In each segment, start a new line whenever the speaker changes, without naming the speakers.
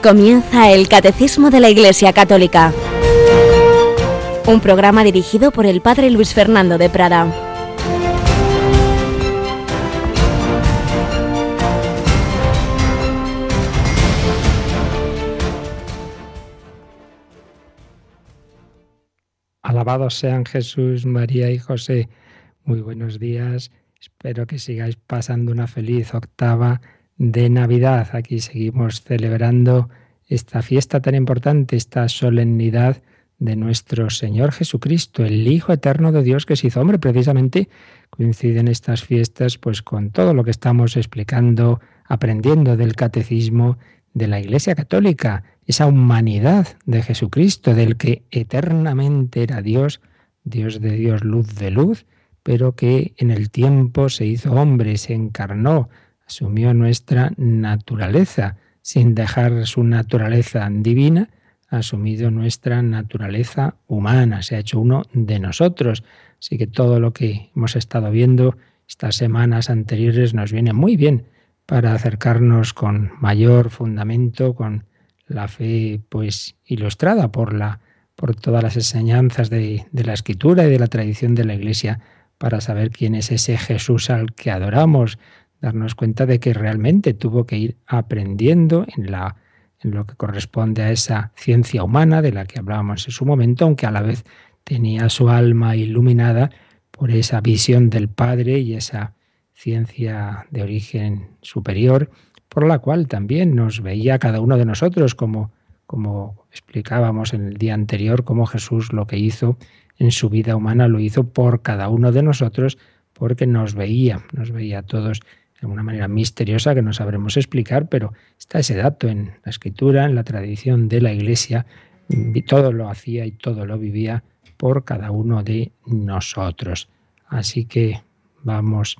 Comienza el Catecismo de la Iglesia Católica, un programa dirigido por el Padre Luis Fernando de Prada.
Alabados sean Jesús, María y José. Muy buenos días. Espero que sigáis pasando una feliz octava de Navidad. Aquí seguimos celebrando esta fiesta tan importante, esta solemnidad de nuestro Señor Jesucristo, el Hijo eterno de Dios que se hizo hombre. Precisamente coinciden estas fiestas pues con todo lo que estamos explicando, aprendiendo del catecismo de la Iglesia Católica, esa humanidad de Jesucristo, del que eternamente era Dios, Dios de Dios, luz de luz, pero que en el tiempo se hizo hombre, se encarnó, asumió nuestra naturaleza, sin dejar su naturaleza divina, ha asumido nuestra naturaleza humana, se ha hecho uno de nosotros. Así que todo lo que hemos estado viendo estas semanas anteriores nos viene muy bien para acercarnos con mayor fundamento, con la fe pues ilustrada por todas las enseñanzas de la Escritura y de la tradición de la Iglesia, para saber quién es ese Jesús al que adoramos, darnos cuenta de que realmente tuvo que ir aprendiendo en lo que corresponde a esa ciencia humana de la que hablábamos en su momento, aunque a la vez tenía su alma iluminada por esa visión del Padre y esa ciencia de origen superior, por la cual también nos veía cada uno de nosotros, como explicábamos en el día anterior, cómo Jesús lo que hizo en su vida humana lo hizo por cada uno de nosotros, porque nos veía a todos de una manera misteriosa que no sabremos explicar, pero está ese dato en la Escritura, en la tradición de la Iglesia, y todo lo hacía y todo lo vivía por cada uno de nosotros. Así que vamos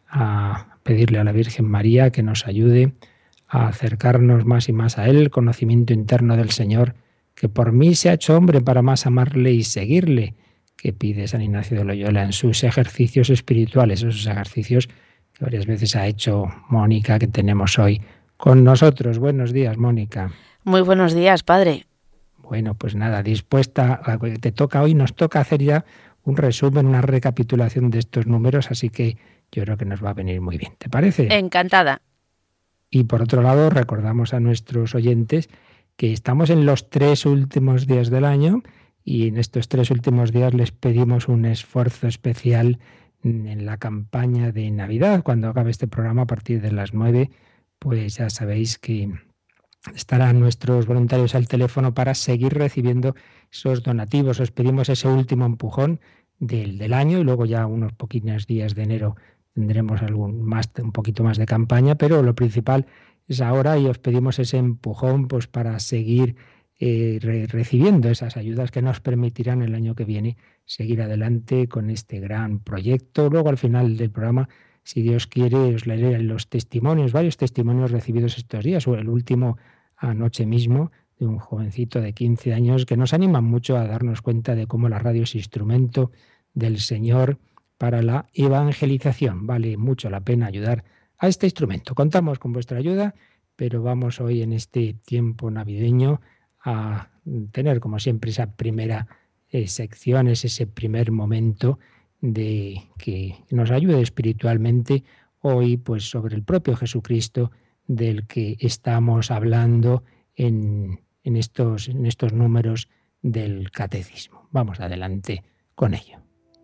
a pedirle a la Virgen María que nos ayude a acercarnos más y más a Él, el conocimiento interno del Señor, que por mí se ha hecho hombre para más amarle y seguirle, que pide San Ignacio de Loyola en sus ejercicios espirituales, esos ejercicios que varias veces ha hecho Mónica, que tenemos hoy con nosotros. Buenos días, Mónica.
Muy buenos días, padre.
Bueno, pues nada, dispuesta a que te toca hoy, nos toca hacer ya un resumen, una recapitulación de estos números, así que yo creo que nos va a venir muy bien. ¿Te parece?
Encantada.
Y por otro lado, recordamos a nuestros oyentes que estamos en los 3 últimos días del año y en estos 3 últimos días les pedimos un esfuerzo especial en la campaña de Navidad. Cuando acabe este programa a partir de las 9, pues ya sabéis que estarán nuestros voluntarios al teléfono para seguir recibiendo esos donativos. Os pedimos ese último empujón del año y luego ya unos poquitos días de enero tendremos un poquito más de campaña, pero lo principal es ahora y os pedimos ese empujón pues para seguir recibiendo esas ayudas que nos permitirán el año que viene seguir adelante con este gran proyecto. Luego al final del programa, si Dios quiere, os leeré los testimonios, varios testimonios recibidos estos días, o el último anoche mismo, de un jovencito de 15 años que nos anima mucho a darnos cuenta de cómo la radio es instrumento del Señor para la evangelización. Vale mucho la pena ayudar a este instrumento. Contamos con vuestra ayuda, pero vamos hoy en este tiempo navideño a tener, como siempre, esa primera sección, ese primer momento de que nos ayude espiritualmente hoy, pues sobre el propio Jesucristo del que estamos hablando en estos números del Catecismo. Vamos adelante con ello.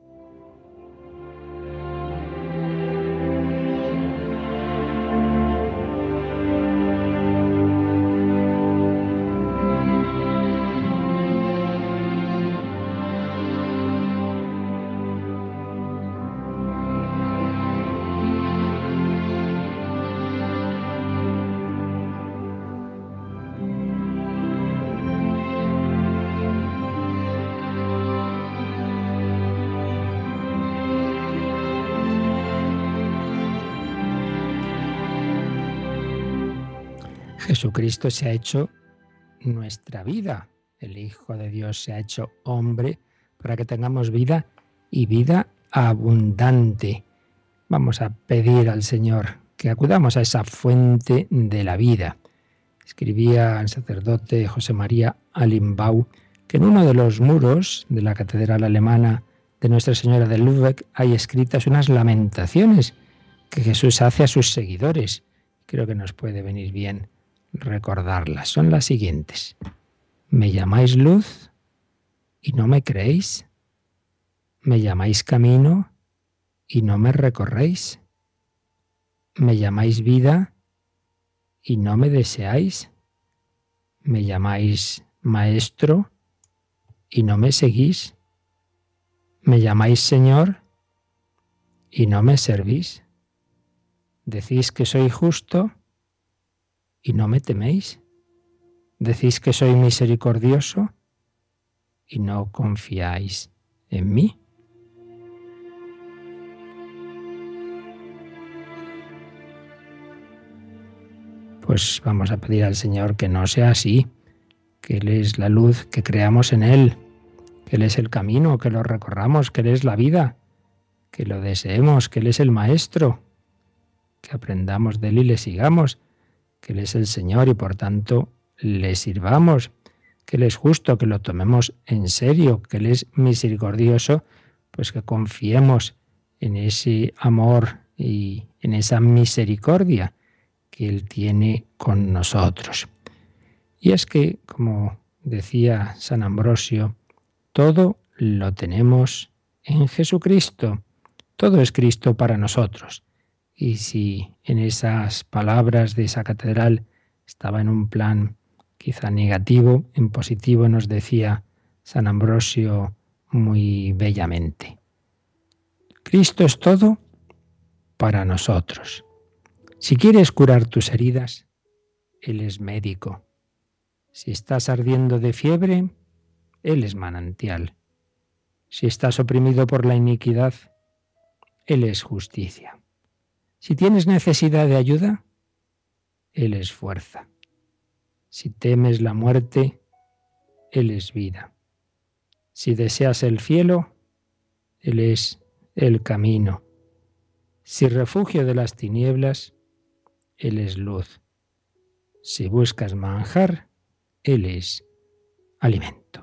Jesucristo se ha hecho nuestra vida. El Hijo de Dios se ha hecho hombre para que tengamos vida y vida abundante. Vamos a pedir al Señor que acudamos a esa fuente de la vida. Escribía el sacerdote José María Alimbau que en uno de los muros de la catedral alemana de Nuestra Señora de Lübeck hay escritas unas lamentaciones que Jesús hace a sus seguidores. Creo que nos puede venir bien recordarlas. Son las siguientes. Me llamáis luz y no me creéis. Me llamáis camino y no me recorréis. Me llamáis vida y no me deseáis. Me llamáis maestro y no me seguís. Me llamáis Señor y no me servís. Decís que soy justo y no me teméis. Decís que soy misericordioso y no confiáis en mí. Pues vamos a pedir al Señor que no sea así, que Él es la luz, que creamos en Él, que Él es el camino, que lo recorramos, que Él es la vida, que lo deseemos, que Él es el Maestro, que aprendamos de Él y le sigamos, que Él es el Señor y por tanto le sirvamos, que Él es justo, que lo tomemos en serio, que Él es misericordioso, pues que confiemos en ese amor y en esa misericordia que Él tiene con nosotros. Y es que, como decía San Ambrosio, todo lo tenemos en Jesucristo. Todo es Cristo para nosotros. Y si en esas palabras de esa catedral estaba en un plan quizá negativo, en positivo nos decía San Ambrosio muy bellamente. Cristo es todo para nosotros. Si quieres curar tus heridas, Él es médico. Si estás ardiendo de fiebre, Él es manantial. Si estás oprimido por la iniquidad, Él es justicia. Si tienes necesidad de ayuda, Él es fuerza. Si temes la muerte, Él es vida. Si deseas el cielo, Él es el camino. Si refugio de las tinieblas, Él es luz. Si buscas manjar, Él es alimento.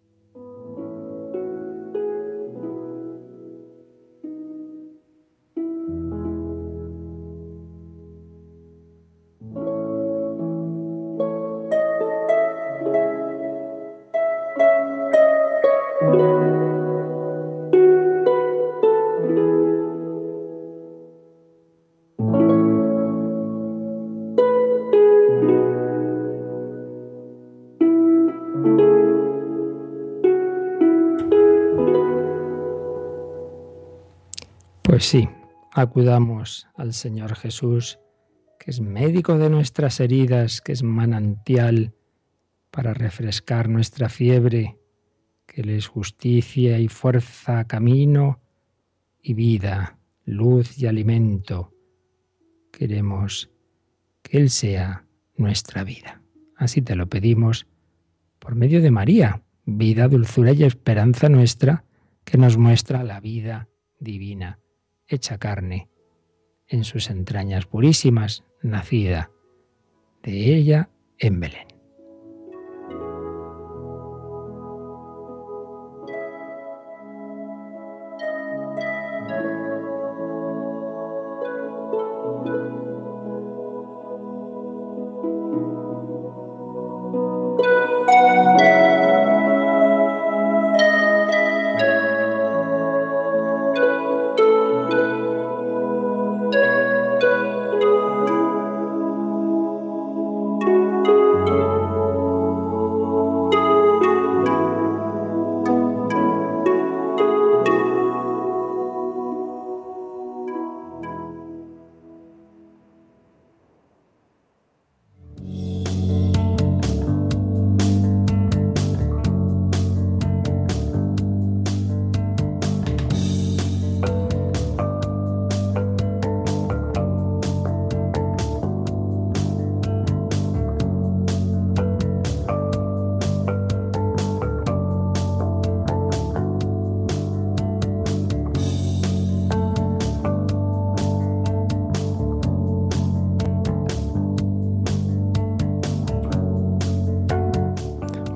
Pues sí, acudamos al Señor Jesús, que es médico de nuestras heridas, que es manantial para refrescar nuestra fiebre, que Él es justicia y fuerza, camino y vida, luz y alimento. Queremos que Él sea nuestra vida. Así te lo pedimos por medio de María, vida, dulzura y esperanza nuestra, que nos muestra la vida divina, hecha carne, en sus entrañas purísimas, nacida de ella en Belén.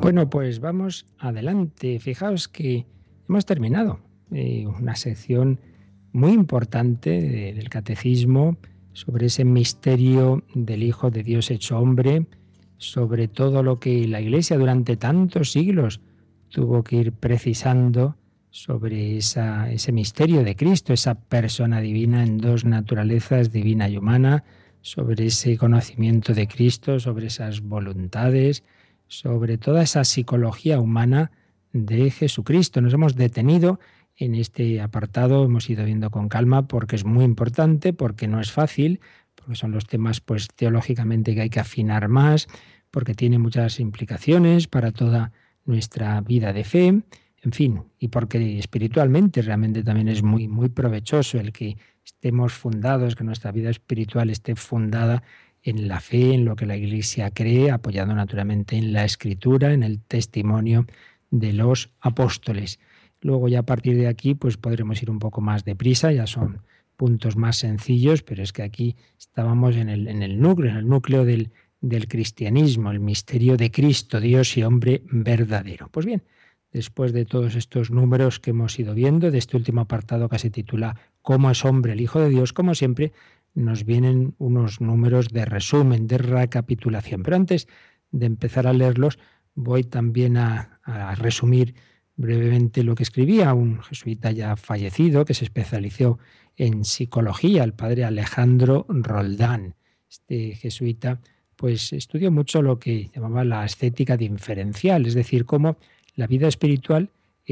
Bueno, pues vamos adelante. Fijaos que hemos terminado una sección muy importante del catecismo sobre ese misterio del Hijo de Dios hecho hombre, sobre todo lo que la Iglesia durante tantos siglos tuvo que ir precisando sobre ese misterio de Cristo, esa persona divina en dos naturalezas, divina y humana, sobre ese conocimiento de Cristo, sobre esas voluntades, sobre toda esa psicología humana de Jesucristo. Nos hemos detenido en este apartado, hemos ido viendo con calma porque es muy importante, porque no es fácil, porque son los temas pues teológicamente que hay que afinar más, porque tiene muchas implicaciones para toda nuestra vida de fe, en fin, y porque espiritualmente realmente también es muy muy provechoso el que estemos fundados, que nuestra vida espiritual esté fundada en la fe, en lo que la Iglesia cree, apoyado naturalmente en la Escritura, en el testimonio de los apóstoles. Luego ya a partir de aquí pues podremos ir un poco más deprisa, ya son puntos más sencillos, pero es que aquí estábamos en el núcleo del cristianismo, el misterio de Cristo, Dios y hombre verdadero. Pues bien, después de todos estos números que hemos ido viendo, de este último apartado que se titula ¿Cómo es hombre el Hijo de Dios?, como siempre, nos vienen unos números de resumen, de recapitulación. Pero antes de empezar a leerlos, voy también a resumir brevemente lo que escribía un jesuita ya fallecido que se especializó en psicología, el padre Alejandro Roldán. Este jesuita pues estudió mucho lo que llamaba la ascética diferencial, es decir, cómo la vida espiritual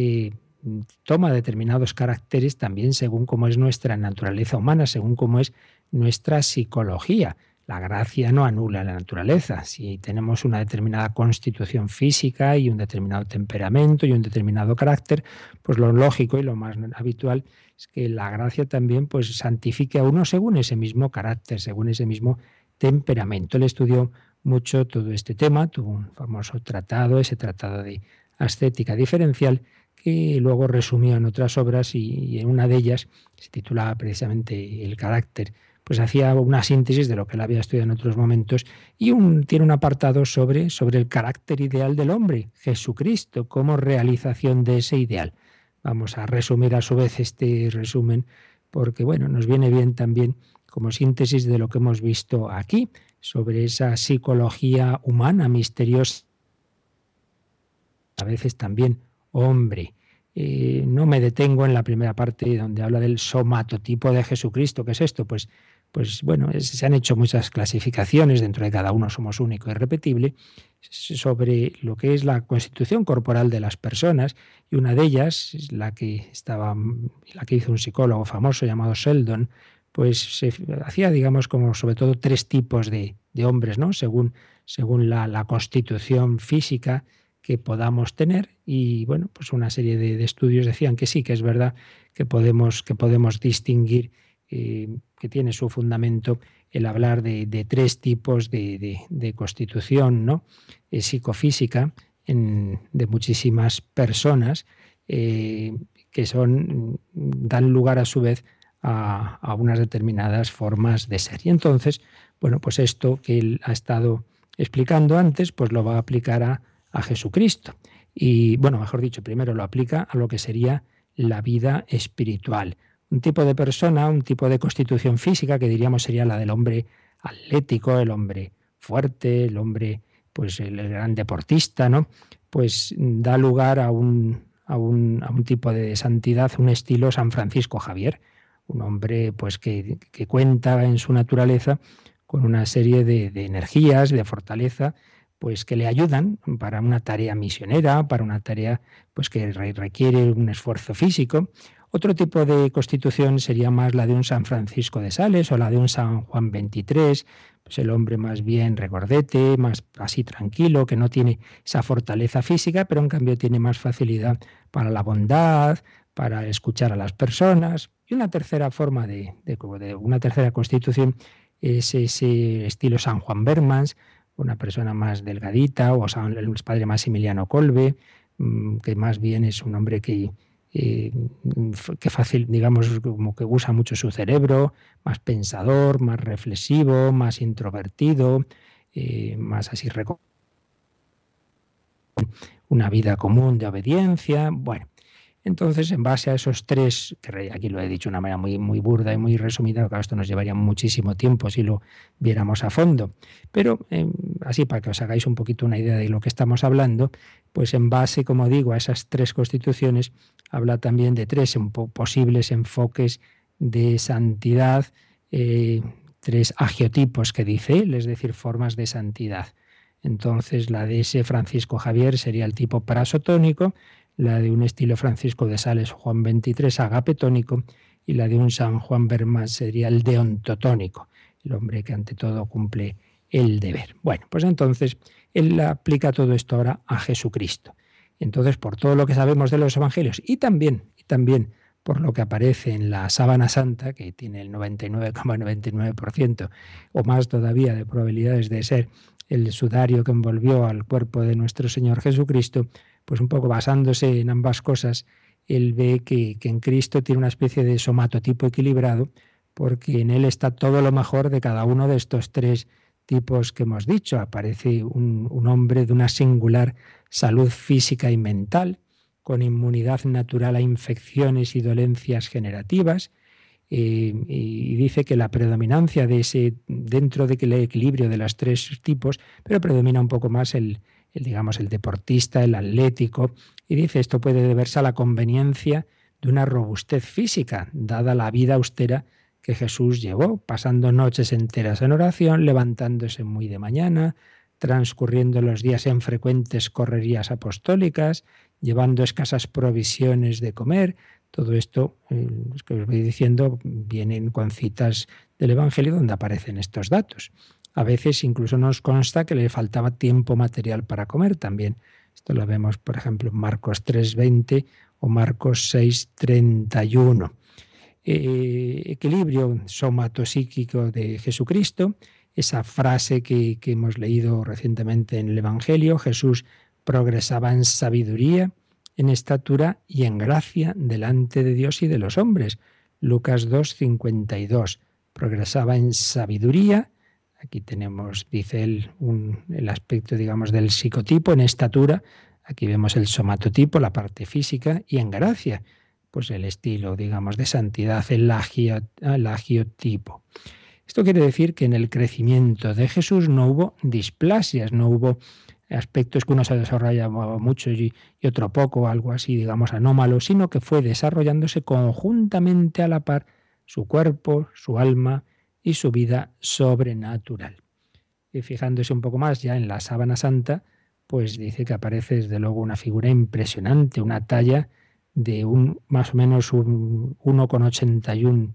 toma determinados caracteres también según cómo es nuestra naturaleza humana, según cómo es nuestra psicología. La gracia no anula la naturaleza. Si tenemos una determinada constitución física y un determinado temperamento y un determinado carácter, pues lo lógico y lo más habitual es que la gracia también pues santifique a uno según ese mismo carácter, según ese mismo temperamento. Él estudió mucho todo este tema, tuvo un famoso tratado, ese tratado de ascética diferencial, que luego resumió en otras obras y en una de ellas se titulaba precisamente El carácter, pues hacía una síntesis de lo que él había estudiado en otros momentos y tiene un apartado sobre el carácter ideal del hombre, Jesucristo, como realización de ese ideal. Vamos a resumir a su vez este resumen porque bueno, nos viene bien también como síntesis de lo que hemos visto aquí, sobre esa psicología humana misteriosa, a veces también hombre. No me detengo en la primera parte donde habla del somatotipo de Jesucristo. ¿Qué es esto? Pues bueno, se han hecho muchas clasificaciones, dentro de cada uno somos único y irrepetible, sobre lo que es la constitución corporal de las personas, y una de ellas, la que hizo un psicólogo famoso llamado Sheldon, pues se hacía, digamos, como sobre todo tres tipos de hombres, ¿no? Según la constitución física que podamos tener, y bueno, pues una serie de estudios decían que sí, que es verdad que podemos distinguir, que tiene su fundamento el hablar de tres tipos de constitución, ¿no? Psicofísica de muchísimas personas, que dan lugar a su vez a unas determinadas formas de ser. Y entonces, bueno, pues esto que él ha estado explicando antes, pues lo va a aplicar a Jesucristo. Y bueno, mejor dicho, primero lo aplica a lo que sería la vida espiritual. Un tipo de persona, un tipo de constitución física que diríamos sería la del hombre atlético, el hombre fuerte, el hombre, pues el gran deportista, ¿no? Pues da lugar a un tipo de santidad, un estilo San Francisco Javier, un hombre pues que cuenta en su naturaleza con una serie de energías, de fortaleza, pues que le ayudan para una tarea misionera, para una tarea pues que requiere un esfuerzo físico. Otro tipo de constitución sería más la de un San Francisco de Sales o la de un San Juan XXIII, pues el hombre más bien regordete, más así tranquilo, que no tiene esa fortaleza física, pero en cambio tiene más facilidad para la bondad, para escuchar a las personas. Y una tercera forma de una tercera constitución es ese estilo San Juan Bermans, una persona más delgadita, o el padre Maximiliano Kolbe, que más bien es un hombre que fácil, digamos, como que usa mucho su cerebro, más pensador, más reflexivo, más introvertido, más así una vida común de obediencia. Bueno, entonces, en base a esos tres, que aquí lo he dicho de una manera muy burda y muy resumida, claro, esto nos llevaría muchísimo tiempo si lo viéramos a fondo, pero así para que os hagáis un poquito una idea de lo que estamos hablando, pues en base, como digo, a esas tres constituciones, habla también de tres posibles enfoques de santidad, tres agiotipos que dice él, es decir, formas de santidad. Entonces, la de ese Francisco Javier sería el tipo prasotónico, la de un estilo Francisco de Sales, Juan XXIII, agapetónico, y la de un San Juan Berman sería el deontotónico, el hombre que ante todo cumple el deber. Bueno, pues entonces él aplica todo esto ahora a Jesucristo. Entonces, por todo lo que sabemos de los evangelios y también por lo que aparece en la sábana santa, que tiene el 99,99% o más todavía de probabilidades de ser el sudario que envolvió al cuerpo de nuestro Señor Jesucristo, pues un poco basándose en ambas cosas, él ve que en Cristo tiene una especie de somatotipo equilibrado, porque en él está todo lo mejor de cada uno de estos tres tipos que hemos dicho. Aparece un hombre de una singular salud física y mental, con inmunidad natural a infecciones y dolencias generativas, y dice que la predominancia de ese, dentro de que el equilibrio de los tres tipos, pero predomina un poco más digamos, el deportista, el atlético, y dice esto puede deberse a la conveniencia de una robustez física, dada la vida austera que Jesús llevó, pasando noches enteras en oración, levantándose muy de mañana, transcurriendo los días en frecuentes correrías apostólicas, llevando escasas provisiones de comer. Todo esto, los que os voy diciendo, vienen con citas del Evangelio donde aparecen estos datos. A veces incluso nos consta que le faltaba tiempo material para comer también. Esto lo vemos, por ejemplo, en Marcos 3:20 o Marcos 6:31. Equilibrio somatopsíquico de Jesucristo, esa frase que hemos leído recientemente en el Evangelio: Jesús progresaba en sabiduría, en estatura y en gracia delante de Dios y de los hombres. Lucas 2:52. Progresaba en sabiduría. Aquí tenemos, dice él, el aspecto, digamos, del psicotipo, en estatura. Aquí vemos el somatotipo, la parte física, y en gracia, pues el estilo, digamos, de santidad, el agiotipo. Esto quiere decir que en el crecimiento de Jesús no hubo displasias, no hubo aspectos que uno se desarrollaba mucho y otro poco, algo así, digamos, anómalo, sino que fue desarrollándose conjuntamente a la par su cuerpo, su alma y su vida sobrenatural. Y fijándose un poco más ya en la sábana santa, pues dice que aparece desde luego una figura impresionante, una talla de más o menos un 1,81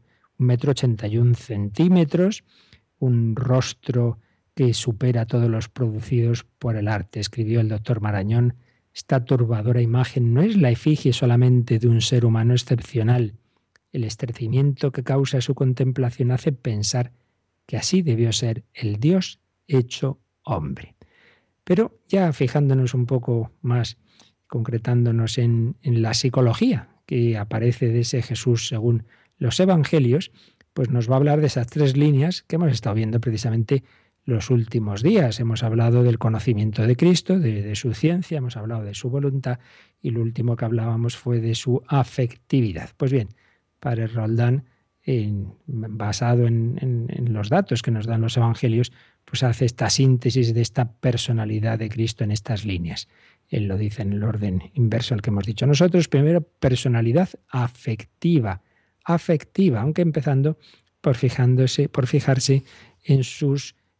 1,81 m, un rostro que supera todos los producidos por el arte. Escribió el doctor Marañón: esta turbadora imagen no es la efigie solamente de un ser humano excepcional. El estremecimiento que causa su contemplación hace pensar que así debió ser el Dios hecho hombre. Pero ya fijándonos un poco más, concretándonos en la psicología que aparece de ese Jesús según los evangelios, pues nos va a hablar de esas tres líneas que hemos estado viendo precisamente los últimos días. Hemos hablado del conocimiento de Cristo, de su ciencia, hemos hablado de su voluntad, y lo último que hablábamos fue de su afectividad. Pues bien, Padre Roldán, basado en los datos que nos dan los evangelios, pues hace esta síntesis de esta personalidad de Cristo en estas líneas. Él lo dice en el orden inverso al que hemos dicho nosotros. Primero, personalidad afectiva, aunque empezando por fijarse en su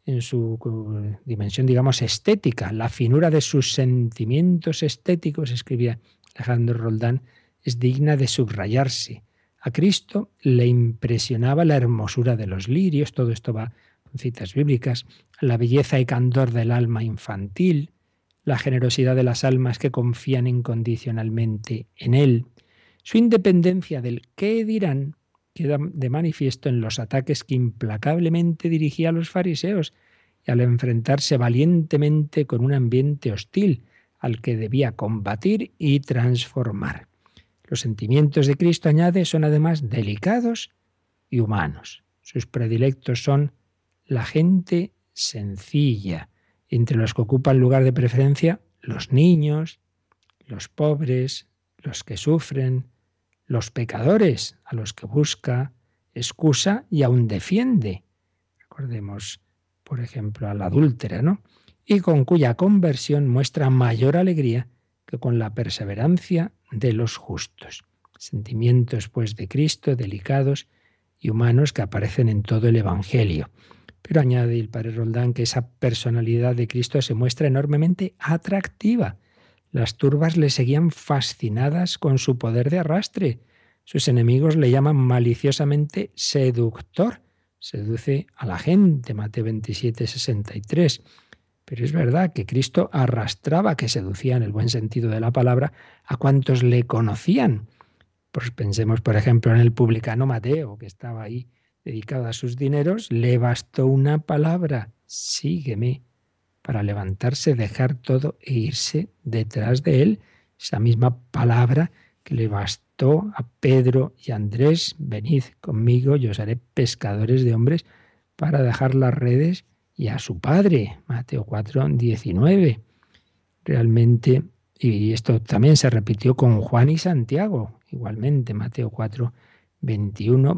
dimensión, digamos, estética. La finura de sus sentimientos estéticos, escribía Alejandro Roldán, es digna de subrayarse. A Cristo le impresionaba la hermosura de los lirios, todo esto va con citas bíblicas, la belleza y candor del alma infantil, la generosidad de las almas que confían incondicionalmente en Él, su independencia del qué dirán queda de manifiesto en los ataques que implacablemente dirigía a los fariseos y al enfrentarse valientemente con un ambiente hostil al que debía combatir y transformar. Los sentimientos de Cristo, añade, son además delicados y humanos. Sus predilectos son la gente sencilla, entre los que ocupan lugar de preferencia los niños, los pobres, los que sufren, los pecadores, a los que busca excusa y aún defiende. Recordemos, por ejemplo, a la adúltera, ¿no? Y con cuya conversión muestra mayor alegría que con la perseverancia de los justos. Sentimientos, pues, de Cristo, delicados y humanos que aparecen en todo el Evangelio. Pero añade el padre Roldán que esa personalidad de Cristo se muestra enormemente atractiva. Las turbas le seguían fascinadas con su poder de arrastre. Sus enemigos le llaman maliciosamente seductor. Seduce a la gente, Mateo 27, 63. Pero es verdad que Cristo arrastraba, que seducía en el buen sentido de la palabra, a cuantos le conocían. Pues pensemos, por ejemplo, en el publicano Mateo, que estaba ahí dedicado a sus dineros, le bastó una palabra, sígueme, para levantarse, dejar todo e irse detrás de él. Esa misma palabra que le bastó a Pedro y a Andrés, venid conmigo, yo os haré pescadores de hombres, para dejar las redes, y a su padre, Mateo 4, 19. Realmente, y esto también se repitió con Juan y Santiago, igualmente, Mateo 4, 21,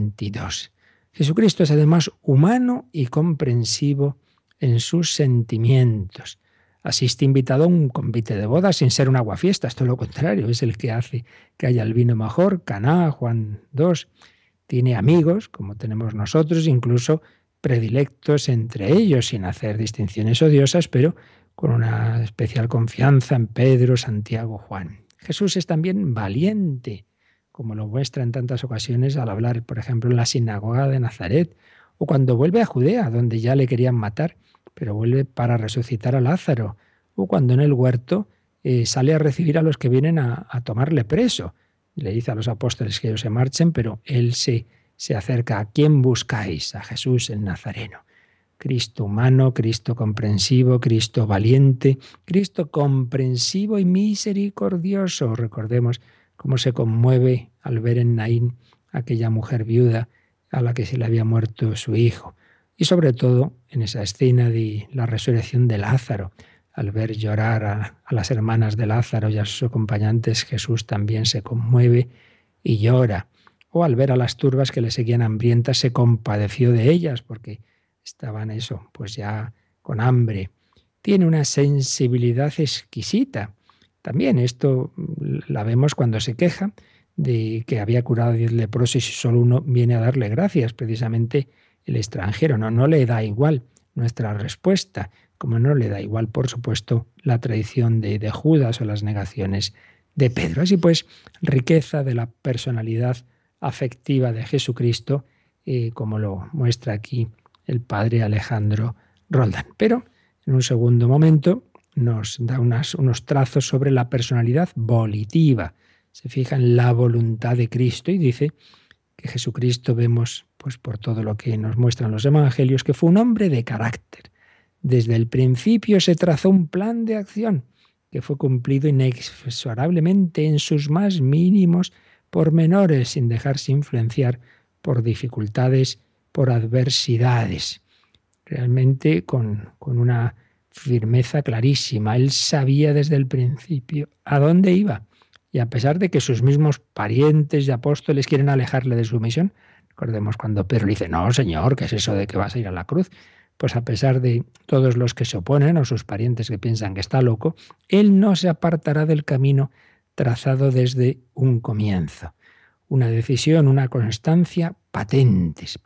22. Jesucristo es además humano y comprensivo en sus sentimientos. Asiste invitado a un convite de boda sin ser un aguafiestas, todo lo contrario, es el que hace que haya el vino mejor, Caná, Juan 2. Tiene amigos, como tenemos nosotros, incluso predilectos entre ellos, sin hacer distinciones odiosas, pero con una especial confianza en Pedro, Santiago, Juan. Jesús es también valiente, como lo muestra en tantas ocasiones al hablar, por ejemplo, en la sinagoga de Nazaret, o cuando vuelve a Judea, donde ya le querían matar, pero vuelve para resucitar a Lázaro, o cuando en el huerto sale a recibir a los que vienen a tomarle preso. Le dice a los apóstoles que ellos se marchen, pero él se acerca. ¿A quién buscáis? A Jesús el Nazareno. Cristo humano, Cristo comprensivo, Cristo valiente, Cristo comprensivo y misericordioso. Recordemos cómo se conmueve al ver en Naín aquella mujer viuda a la que se le había muerto su hijo. Y sobre todo en esa escena de la resurrección de Lázaro, al ver llorar a las hermanas de Lázaro y a sus acompañantes, Jesús también se conmueve y llora. O al ver a las turbas que le seguían hambrientas, se compadeció de ellas, porque estaban pues ya con hambre. Tiene una sensibilidad exquisita. También esto la vemos cuando se queja de que había curado a 10 leprosos y solo uno viene a darle gracias, precisamente el extranjero. No le da igual nuestra respuesta, como no le da igual, por supuesto, la traición de Judas o las negaciones de Pedro. Así pues, riqueza de la personalidad afectiva de Jesucristo, como lo muestra aquí el padre Alejandro Roldán. Pero en un segundo momento nos da unos trazos sobre la personalidad volitiva. Se fija en la voluntad de Cristo y dice que Jesucristo, vemos pues por todo lo que nos muestran los evangelios, que fue un hombre de carácter. Desde el principio se trazó un plan de acción que fue cumplido inexorablemente en sus más mínimos pormenores, sin dejarse influenciar por dificultades, por adversidades. Realmente con una firmeza clarísima. Él sabía desde el principio a dónde iba. Y a pesar de que sus mismos parientes y apóstoles quieren alejarle de su misión, recordemos cuando Pedro le dice, no, Señor, ¿qué es eso de que vas a ir a la cruz? Pues a pesar de todos los que se oponen o sus parientes que piensan que está loco, él no se apartará del camino trazado desde un comienzo. Una decisión, una constancia patentes.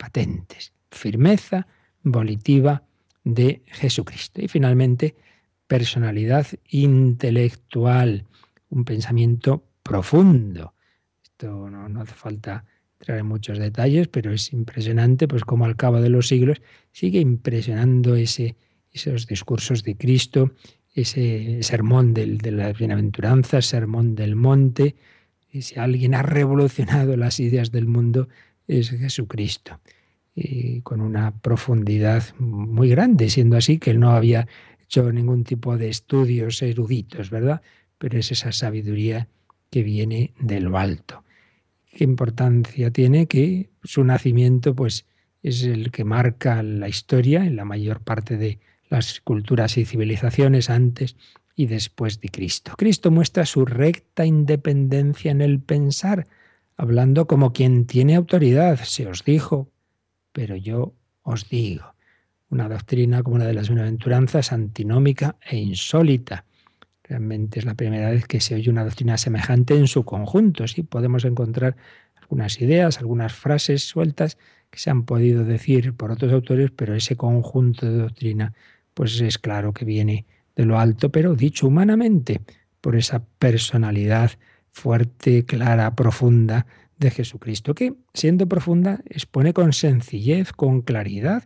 Firmeza volitiva de Jesucristo. Y finalmente, personalidad intelectual, un pensamiento profundo. Esto no hace falta entrar en muchos detalles, pero es impresionante pues cómo al cabo de los siglos sigue impresionando esos discursos de Cristo, ese sermón de las bienaventuranzas, sermón del monte. Y si alguien ha revolucionado las ideas del mundo es Jesucristo, y con una profundidad muy grande, siendo así que él no había hecho ningún tipo de estudios eruditos, ¿verdad? Pero es esa sabiduría que viene de lo alto. ¿Qué importancia tiene que su nacimiento pues es el que marca la historia en la mayor parte de las culturas y civilizaciones antes y después de Cristo. Cristo muestra su recta independencia en el pensar, hablando como quien tiene autoridad. Se os dijo, pero yo os digo. Una doctrina como la de las bienaventuranzas antinómica e insólita. Realmente es la primera vez que se oye una doctrina semejante en su conjunto. Sí, podemos encontrar algunas ideas, algunas frases sueltas que se han podido decir por otros autores, pero ese conjunto de doctrina, pues es claro que viene de lo alto, pero dicho humanamente, por esa personalidad fuerte, clara, profunda de Jesucristo, que siendo profunda expone con sencillez, con claridad,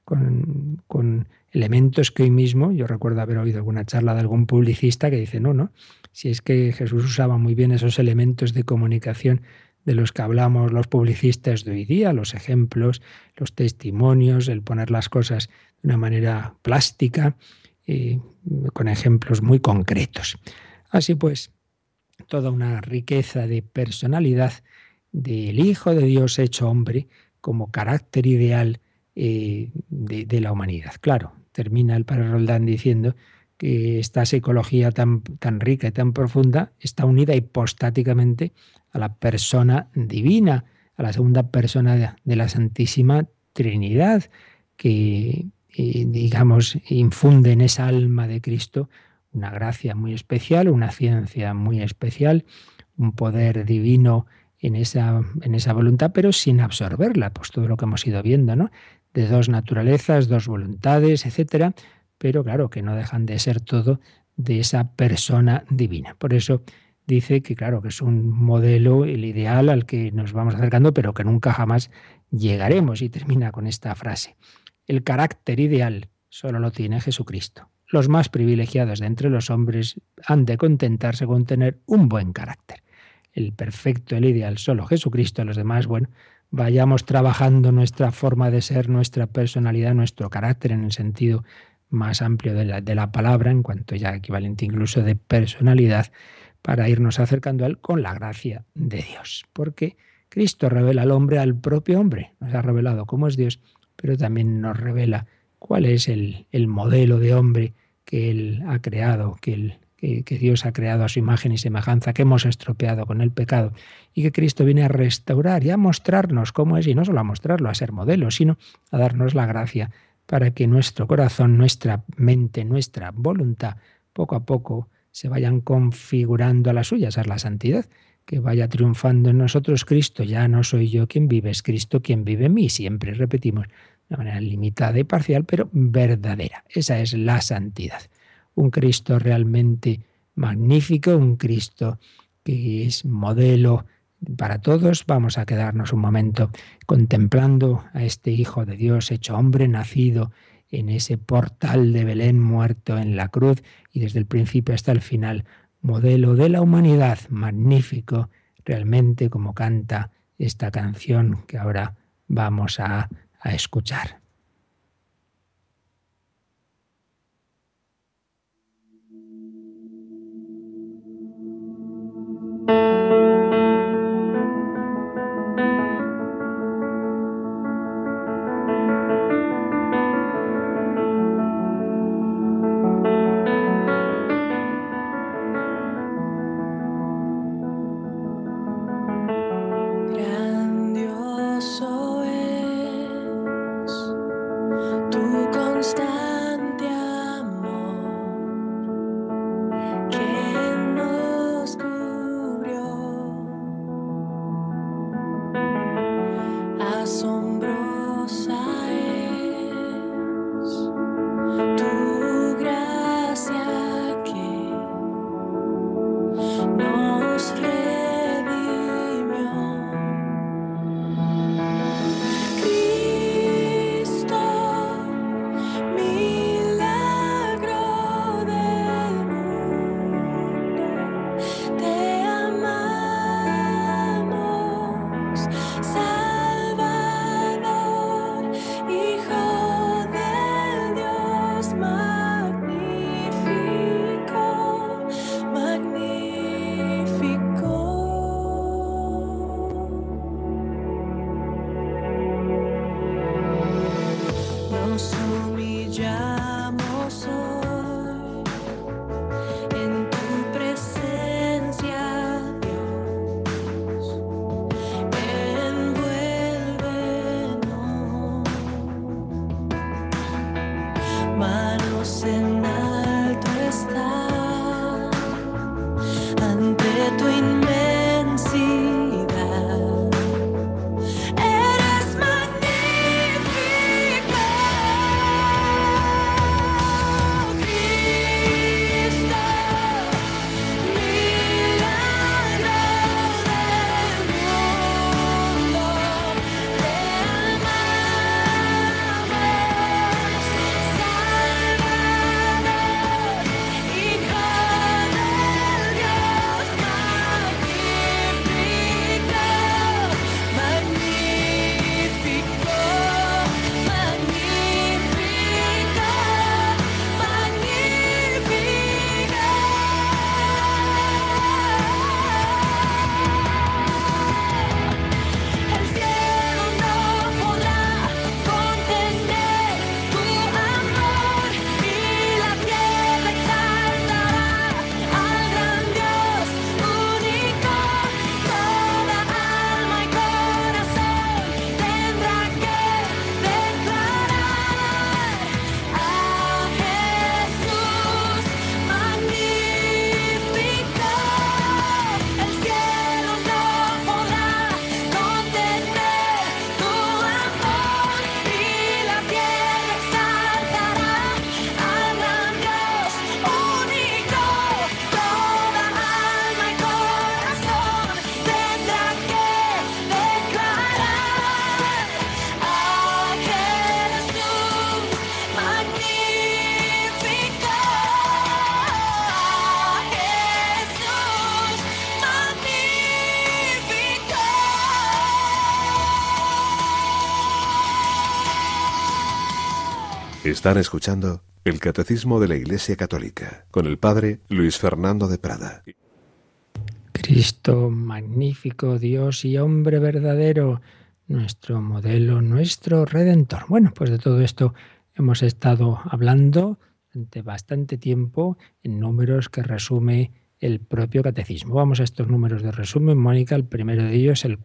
con elementos que hoy mismo, yo recuerdo haber oído alguna charla de algún publicista que dice, no, si es que Jesús usaba muy bien esos elementos de comunicación de los que hablamos los publicistas de hoy día, los ejemplos, los testimonios, el poner las cosas de una manera plástica, con ejemplos muy concretos. Así pues, toda una riqueza de personalidad del Hijo de Dios hecho hombre como carácter ideal de la humanidad. Claro, termina el padre Roldán diciendo que esta psicología tan rica y tan profunda está unida hipostáticamente a la persona divina, a la segunda persona de la Santísima Trinidad, que, digamos, infunde en esa alma de Cristo una gracia muy especial, una ciencia muy especial, un poder divino en esa voluntad, pero sin absorberla, pues todo lo que hemos ido viendo, ¿no? De dos naturalezas, dos voluntades, etcétera, pero claro, que no dejan de ser todo de esa persona divina. Por eso dice que, claro, que es un modelo, el ideal al que nos vamos acercando, pero que nunca jamás llegaremos. Y termina con esta frase. El carácter ideal solo lo tiene Jesucristo. Los más privilegiados de entre los hombres han de contentarse con tener un buen carácter. El perfecto, el ideal, solo Jesucristo. Los demás, bueno, vayamos trabajando nuestra forma de ser, nuestra personalidad, nuestro carácter en el sentido más amplio de la palabra, en cuanto ya equivalente incluso de personalidad, para irnos acercando a Él con la gracia de Dios. Porque Cristo revela al hombre al propio hombre. Nos ha revelado cómo es Dios, pero también nos revela cuál es el modelo de hombre que Él ha creado, que Dios ha creado a su imagen y semejanza, que hemos estropeado con el pecado y que Cristo viene a restaurar y a mostrarnos cómo es, y no solo a mostrarlo, a ser modelo, sino a darnos la gracia para que nuestro corazón, nuestra mente, nuestra voluntad, poco a poco se vayan configurando a la suya, esa es la santidad, que vaya triunfando en nosotros Cristo. Ya no soy yo quien vive, es Cristo quien vive en mí. Siempre repetimos de manera limitada y parcial, pero verdadera. Esa es la santidad. Un Cristo realmente magnífico, un Cristo que es modelo para todos. Vamos a quedarnos un momento contemplando a este Hijo de Dios hecho hombre, nacido en ese portal de Belén, muerto en la cruz y desde el principio hasta el final, modelo de la humanidad, magnífico, realmente como canta esta canción que ahora vamos a escuchar.
Grandioso es Están escuchando el Catecismo de la Iglesia Católica con el Padre Luis Fernando de Prada.
Cristo, magnífico Dios y hombre verdadero, nuestro modelo, nuestro redentor. Bueno, pues de todo esto hemos estado hablando durante bastante tiempo en números que resume el propio catecismo. Vamos a estos números de resumen, Mónica. El primero de ellos es el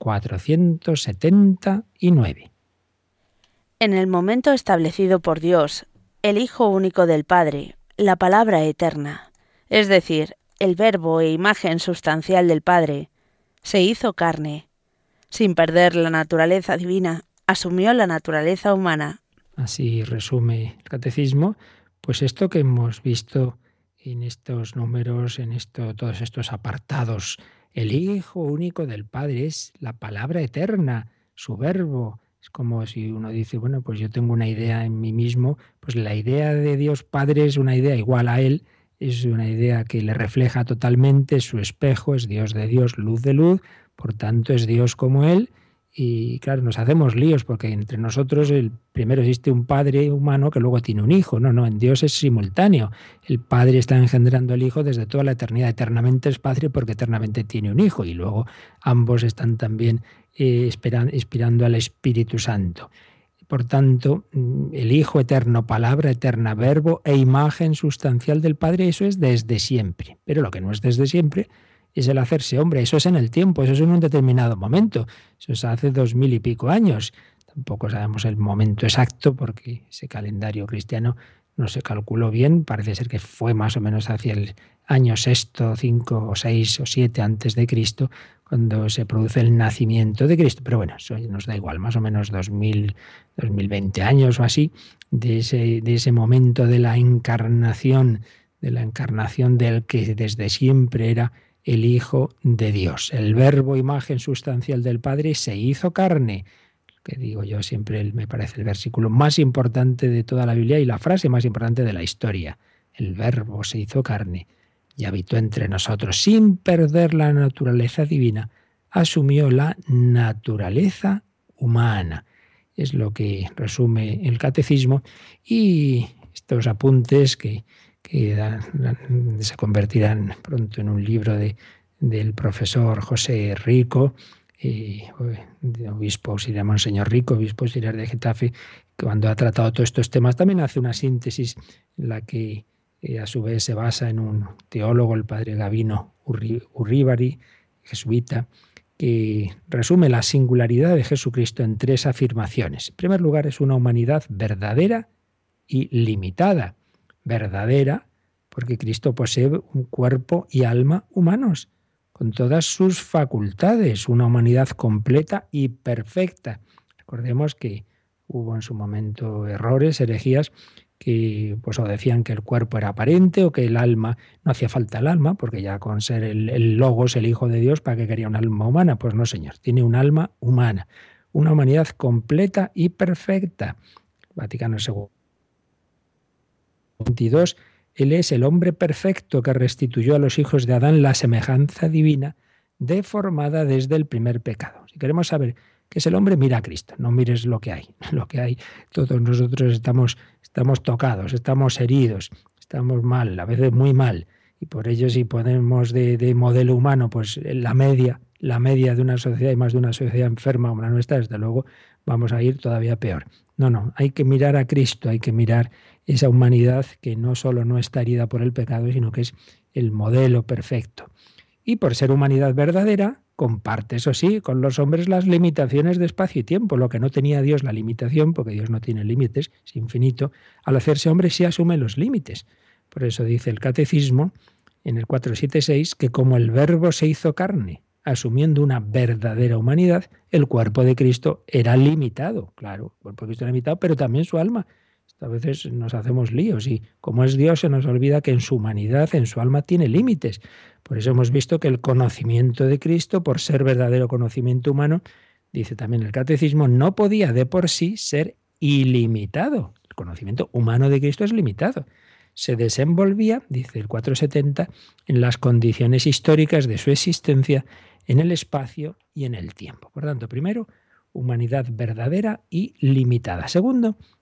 479.
En el momento establecido por Dios, el Hijo único del Padre, la palabra eterna, es decir, el Verbo e imagen sustancial del Padre, se hizo carne. Sin perder la naturaleza divina, asumió la naturaleza humana.
Así resume el catecismo, pues esto que hemos visto en estos números, todos estos apartados. El Hijo único del Padre es la palabra eterna, su Verbo. Es como si uno dice, bueno, pues yo tengo una idea en mí mismo, pues la idea de Dios Padre es una idea igual a Él, es una idea que le refleja totalmente, es su espejo, es Dios de Dios, luz de luz, por tanto es Dios como Él. Y claro, nos hacemos líos porque entre nosotros primero existe un padre humano que luego tiene un hijo. No, en Dios es simultáneo. El Padre está engendrando al Hijo desde toda la eternidad. Eternamente es Padre porque eternamente tiene un hijo. Y luego ambos están también inspirando al Espíritu Santo. Por tanto, el Hijo eterno, palabra eterna, verbo e imagen sustancial del Padre, eso es desde siempre. Pero lo que no es desde siempre es el hacerse hombre. Eso es en el tiempo, eso es en un determinado momento. Eso es hace 2000 y pico años. Tampoco sabemos el momento exacto porque ese calendario cristiano no se calculó bien. Parece ser que fue más o menos hacia el año sexto, 5 o 6 o 7 antes de Cristo, cuando se produce el nacimiento de Cristo. Pero bueno, eso nos da igual, más o menos 2020 años o así, de ese momento de la encarnación del que desde siempre era el Hijo de Dios. El Verbo, imagen sustancial del Padre, se hizo carne. Que digo yo siempre, me parece el versículo más importante de toda la Biblia y la frase más importante de la historia. El Verbo se hizo carne y habitó entre nosotros. Sin perder la naturaleza divina, asumió la naturaleza humana. Es lo que resume el catecismo, y estos apuntes que se convertirán pronto en un libro del profesor José Rico, obispo auxiliar, Monseñor Rico, obispo auxiliar de Getafe, que cuando ha tratado todos estos temas también hace una síntesis en la que a su vez se basa en un teólogo, el padre Gavino Urribari, jesuita, que resume la singularidad de Jesucristo en 3 afirmaciones. En primer lugar, es una humanidad verdadera y limitada. Verdadera, porque Cristo posee un cuerpo y alma humanos, con todas sus facultades, una humanidad completa y perfecta. Recordemos que hubo en su momento errores, herejías, que pues o decían que el cuerpo era aparente o que el alma, no hacía falta el alma, porque ya con ser el Logos, el Hijo de Dios, ¿para qué quería un alma humana? Pues no, señor, tiene un alma humana, una humanidad completa y perfecta. Vaticano II. 22, Él es el hombre perfecto que restituyó a los hijos de Adán la semejanza divina deformada desde el primer pecado. Si queremos saber qué es el hombre, mira a Cristo, no mires lo que hay. Lo que hay, todos nosotros estamos tocados, estamos heridos, estamos mal, a veces muy mal. Y por ello, si ponemos de modelo humano, pues la media de una sociedad y más de una sociedad enferma como la nuestra, desde luego vamos a ir todavía peor. No, hay que mirar a Cristo, hay que mirar esa humanidad que no solo no está herida por el pecado, sino que es el modelo perfecto. Y por ser humanidad verdadera, comparte, eso sí, con los hombres las limitaciones de espacio y tiempo. Lo que no tenía Dios, la limitación, porque Dios no tiene límites, es infinito, al hacerse hombre sí asume los límites. Por eso dice el Catecismo, en el 476, que como el Verbo se hizo carne, asumiendo una verdadera humanidad, el cuerpo de Cristo era limitado. Claro, el cuerpo de Cristo era limitado, pero también su alma. A veces nos hacemos líos y como es Dios se nos olvida que en su humanidad, en su alma, tiene límites. Por eso hemos visto que el conocimiento de Cristo, por ser verdadero conocimiento humano, dice también el Catecismo, no podía de por sí ser ilimitado. El conocimiento humano de Cristo es limitado. Se desenvolvía, dice el 470, en las condiciones históricas de su existencia, en el espacio y en el tiempo. Por tanto, primero, humanidad verdadera y limitada. Segundo,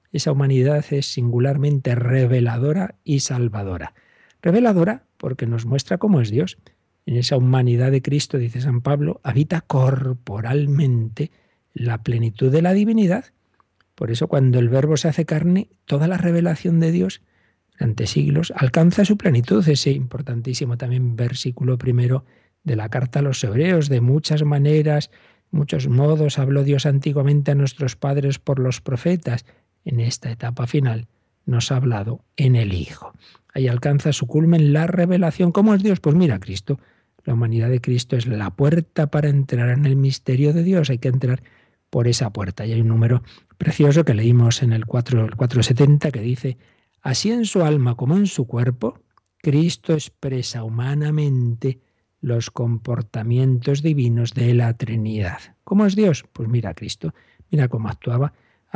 esa humanidad es singularmente reveladora y salvadora. Reveladora porque nos muestra cómo es Dios. En esa humanidad de Cristo, dice San Pablo, habita corporalmente la plenitud de la divinidad. Por eso cuando el Verbo se hace carne, toda la revelación de Dios durante siglos alcanza su plenitud. Ese importantísimo también versículo primero de la carta a los Hebreos: de muchas maneras, muchos modos habló Dios antiguamente a nuestros padres por los profetas. En esta etapa final nos ha hablado en el Hijo. Ahí alcanza su culmen la revelación. ¿Cómo es Dios? Pues mira, Cristo. La humanidad de Cristo es la puerta para entrar en el misterio de Dios. Hay que entrar por esa puerta. Y hay un número precioso que leímos en el 470 que dice: así en su alma como en su cuerpo, Cristo expresa humanamente los comportamientos divinos de la Trinidad. ¿Cómo es Dios? Pues mira Cristo, mira cómo actuaba.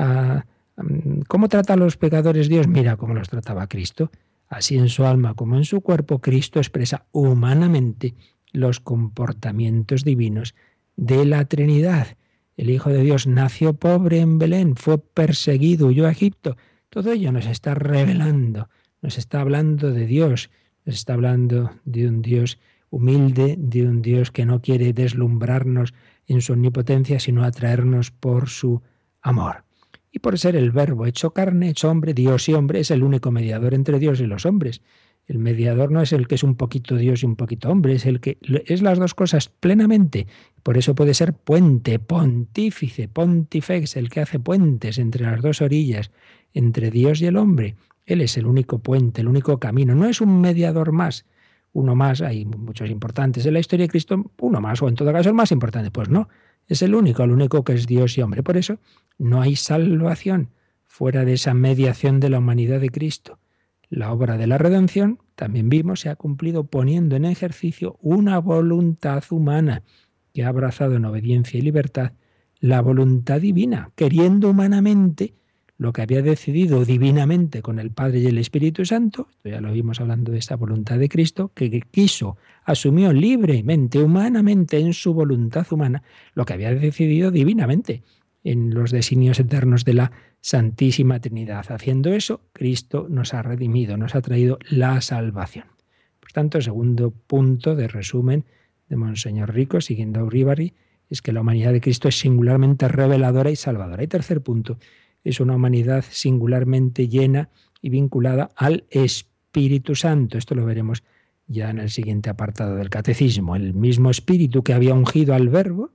¿Cómo trata a los pecadores Dios? Mira cómo los trataba Cristo. Así en su alma como en su cuerpo, Cristo expresa humanamente los comportamientos divinos de la Trinidad. El Hijo de Dios nació pobre en Belén, fue perseguido, huyó a Egipto. Todo ello nos está revelando, nos está hablando de Dios, nos está hablando de un Dios humilde, de un Dios que no quiere deslumbrarnos en su omnipotencia, sino atraernos por su amor. Y por ser el Verbo hecho carne, hecho hombre, Dios y hombre, es el único mediador entre Dios y los hombres. El mediador no es el que es un poquito Dios y un poquito hombre, es el que es las dos cosas plenamente. Por eso puede ser puente, pontífice, pontifex, el que hace puentes entre las dos orillas, entre Dios y el hombre. Él es el único puente, el único camino. No es un mediador más, uno más. Hay muchos importantes en la historia de Cristo, uno más, o en todo caso el más importante. Pues no, es el único que es Dios y hombre. Por eso no hay salvación fuera de esa mediación de la humanidad de Cristo. La obra de la redención, también vimos, se ha cumplido poniendo en ejercicio una voluntad humana que ha abrazado en obediencia y libertad la voluntad divina, queriendo humanamente lo que había decidido divinamente con el Padre y el Espíritu Santo. Esto ya lo vimos hablando de esa voluntad de Cristo, que quiso, asumió libremente, humanamente, en su voluntad humana, lo que había decidido divinamente en los designios eternos de la Santísima Trinidad. Haciendo eso, Cristo nos ha redimido, nos ha traído la salvación. Por tanto, el segundo punto de resumen de Monseñor Rico, siguiendo a Uribarri, es que la humanidad de Cristo es singularmente reveladora y salvadora. Y tercer punto, es una humanidad singularmente llena y vinculada al Espíritu Santo. Esto lo veremos ya en el siguiente apartado del Catecismo. El mismo Espíritu que había ungido al Verbo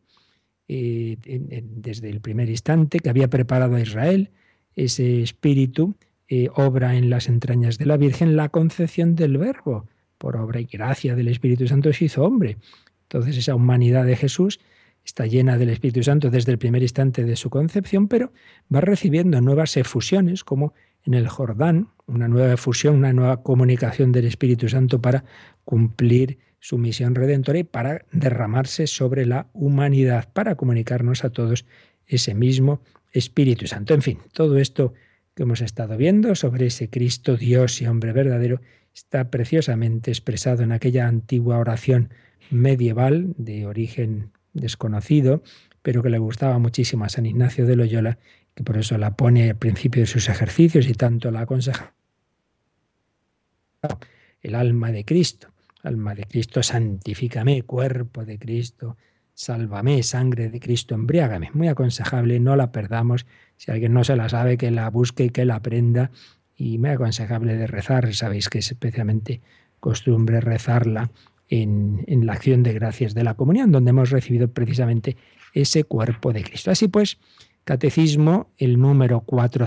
desde el primer instante, que había preparado a Israel, ese Espíritu obra en las entrañas de la Virgen la concepción del Verbo. Por obra y gracia del Espíritu Santo se hizo hombre. Entonces esa humanidad de Jesús está llena del Espíritu Santo desde el primer instante de su concepción, pero va recibiendo nuevas efusiones, como en el Jordán, una nueva efusión, una nueva comunicación del Espíritu Santo para cumplir su misión redentora y para derramarse sobre la humanidad, para comunicarnos a todos ese mismo Espíritu Santo. En fin, todo esto que hemos estado viendo sobre ese Cristo, Dios y hombre verdadero, está preciosamente expresado en aquella antigua oración medieval de origen desconocido, pero que le gustaba muchísimo a San Ignacio de Loyola, que por eso la pone al principio de sus ejercicios y tanto la aconseja. El alma de Cristo, santifícame, cuerpo de Cristo, sálvame, sangre de Cristo, embriágame. Muy aconsejable, no la perdamos. Si alguien no se la sabe, que la busque y que la aprenda. Y muy aconsejable de rezar, sabéis que es especialmente costumbre rezarla en la acción de gracias de la comunión, donde hemos recibido precisamente ese cuerpo de Cristo. Así pues, Catecismo, el número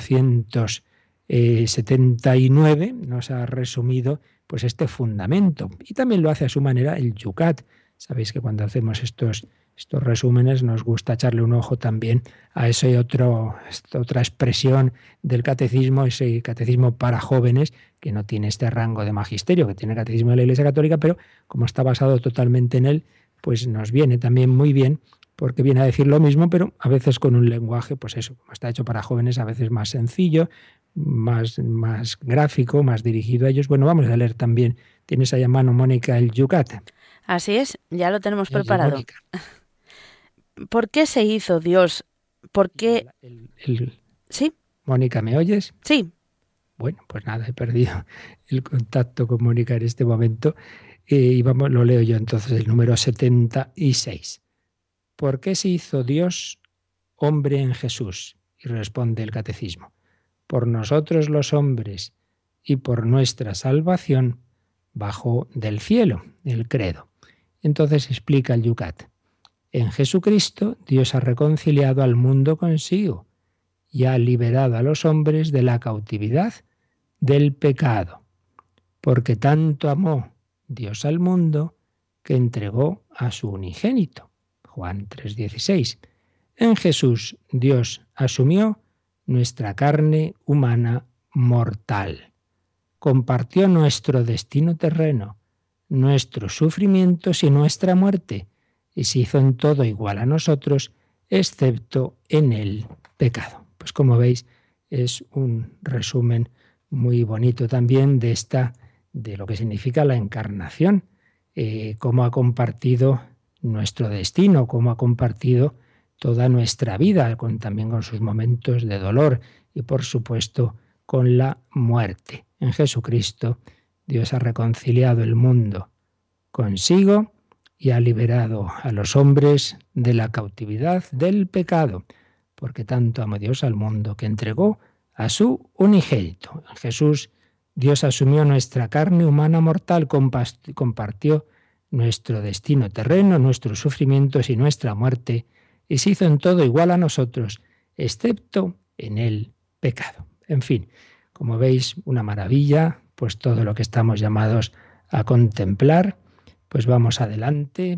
479, nos ha resumido pues este fundamento. Y también lo hace a su manera el Yucat. Sabéis que cuando hacemos estos resúmenes nos gusta echarle un ojo también a esa otra expresión del catecismo, ese catecismo para jóvenes, que no tiene este rango de magisterio que tiene el catecismo de la Iglesia Católica, pero como está basado totalmente en él, pues nos viene también muy bien, porque viene a decir lo mismo, pero a veces con un lenguaje, pues eso, como está hecho para jóvenes, a veces más sencillo, más gráfico, más dirigido a ellos. Bueno, vamos a leer también, tienes ahí a mano, Mónica, el Yucat.
Así es, ya lo tenemos preparado. ¿Por qué se hizo Dios? ¿Por qué? ¿Sí?
Mónica, ¿me oyes?
Sí.
Bueno, pues nada, he perdido el contacto con Mónica en este momento. Y vamos, lo leo yo entonces, el número 76. ¿Por qué se hizo Dios hombre en Jesús? Y responde el catecismo. Por nosotros los hombres y por nuestra salvación bajó del cielo, el credo. Entonces explica el Yucat. En Jesucristo Dios ha reconciliado al mundo consigo y ha liberado a los hombres de la cautividad del pecado, porque tanto amó Dios al mundo que entregó a su unigénito. Juan 3:16. En Jesús Dios asumió nuestra carne humana mortal. Compartió nuestro destino terreno, nuestros sufrimientos y nuestra muerte, y se hizo en todo igual a nosotros, excepto en el pecado. Pues como veis, es un resumen muy bonito también de lo que significa la encarnación, cómo ha compartido nuestro destino, cómo ha compartido toda nuestra vida, también con sus momentos de dolor y por supuesto con la muerte. En Jesucristo Dios ha reconciliado el mundo consigo y ha liberado a los hombres de la cautividad del pecado, porque tanto amó Dios al mundo que entregó a su unigénito. En Jesús Dios asumió nuestra carne humana mortal, compartió nuestro destino terreno, nuestros sufrimientos y nuestra muerte, y se hizo en todo igual a nosotros, excepto en el pecado. En fin, como veis, una maravilla, pues todo lo que estamos llamados a contemplar, pues vamos adelante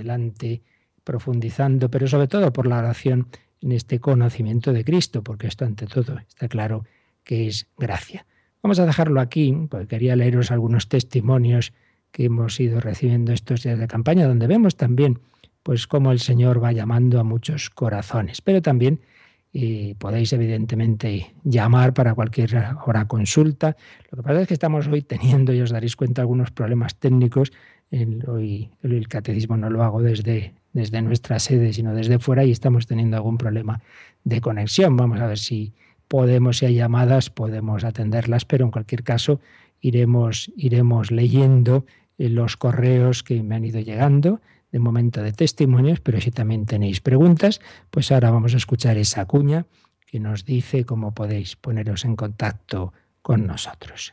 profundizando, pero sobre todo por la oración en este conocimiento de Cristo, porque esto ante todo está claro que es gracia. Vamos a dejarlo aquí, porque quería leeros algunos testimonios que hemos ido recibiendo estos días de campaña, donde vemos también pues cómo el Señor va llamando a muchos corazones, pero también podéis evidentemente llamar para cualquier hora consulta. Lo que pasa es que estamos hoy teniendo, y os daréis cuenta, algunos problemas técnicos. Hoy el catecismo no lo hago desde nuestra sede, sino desde fuera, y estamos teniendo algún problema de conexión. Vamos a ver si podemos, si hay llamadas, podemos atenderlas, pero en cualquier caso iremos leyendo los correos que me han ido llegando, de momento de testimonios, pero si también tenéis preguntas, pues ahora vamos a escuchar esa cuña que nos dice cómo podéis poneros en contacto con nosotros.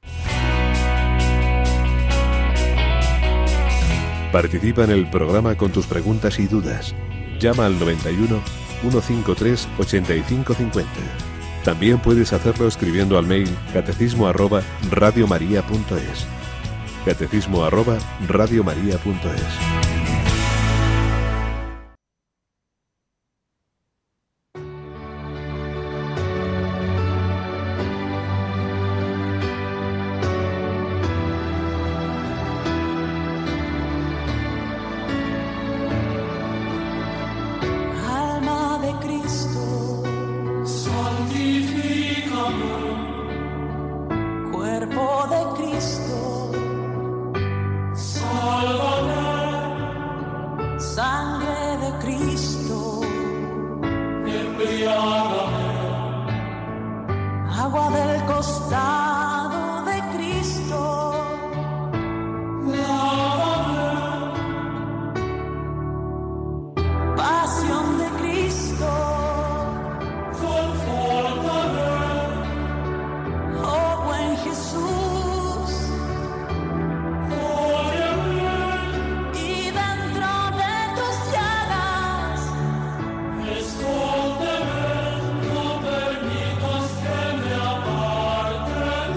Participa en el programa con tus preguntas y dudas. Llama al 91 153 8550. También puedes hacerlo escribiendo al mail catecismo@radiomaria.es. catecismo@radiomaria.es.
Escóndeme, no permitas que me aparte.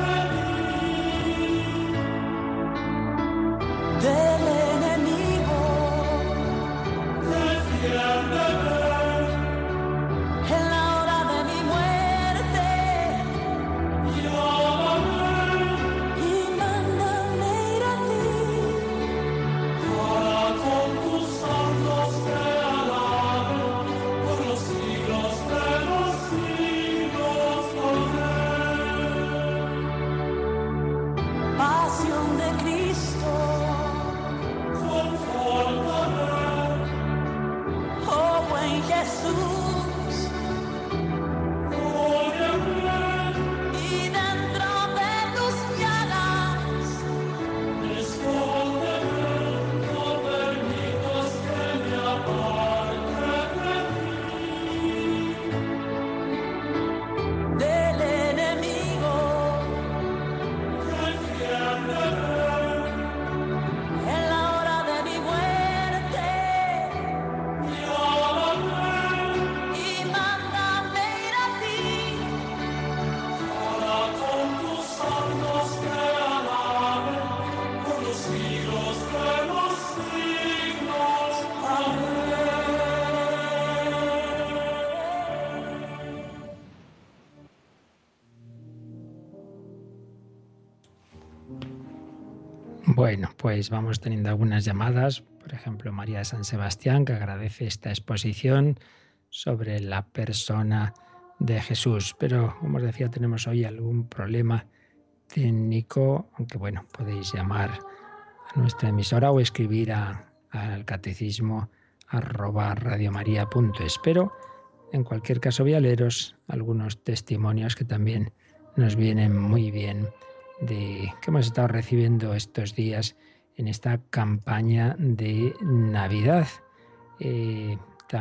Bueno, pues vamos teniendo algunas llamadas. Por ejemplo, María de San Sebastián, que agradece esta exposición sobre la persona de Jesús. Pero, como os decía, tenemos hoy algún problema técnico, aunque bueno, podéis llamar a nuestra emisora o escribir al catecismo @radiomaria.es. Pero en cualquier caso voy a leeros algunos testimonios que también nos vienen muy bien que hemos estado recibiendo estos días en esta campaña de Navidad, en